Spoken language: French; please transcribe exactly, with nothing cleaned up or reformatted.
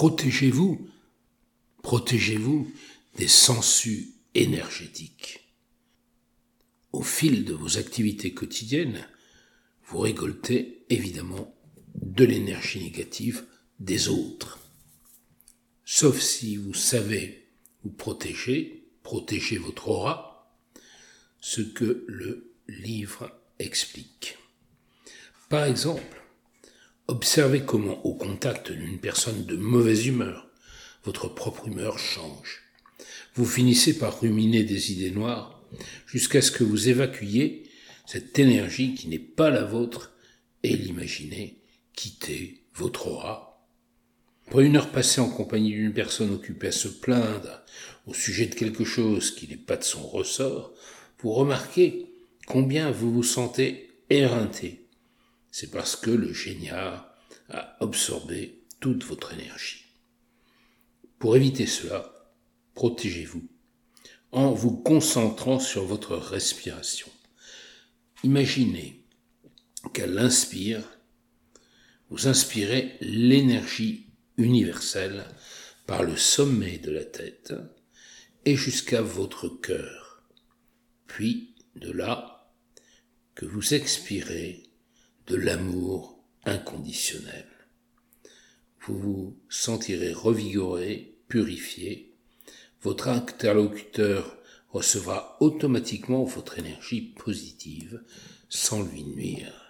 Protégez-vous, protégez-vous des sangsues énergétiques. Au fil de vos activités quotidiennes, vous récoltez évidemment de l'énergie négative des autres. Sauf si vous savez vous protéger, protéger votre aura, ce que le livre explique. Par exemple, observez comment, au contact d'une personne de mauvaise humeur, votre propre humeur change. Vous finissez par ruminer des idées noires jusqu'à ce que vous évacuiez cette énergie qui n'est pas la vôtre et l'imaginez quitter votre aura. Après une heure passée en compagnie d'une personne occupée à se plaindre au sujet de quelque chose qui n'est pas de son ressort, vous remarquez combien vous vous sentez éreinté. C'est parce que le géniard a absorbé toute votre énergie. Pour éviter cela, protégez-vous en vous concentrant sur votre respiration. Imaginez qu'à l'inspire, vous inspirez l'énergie universelle par le sommet de la tête et jusqu'à votre cœur. Puis, de là, que vous expirez de l'amour inconditionnel. Vous vous sentirez revigoré, purifié. Votre interlocuteur recevra automatiquement votre énergie positive sans lui nuire.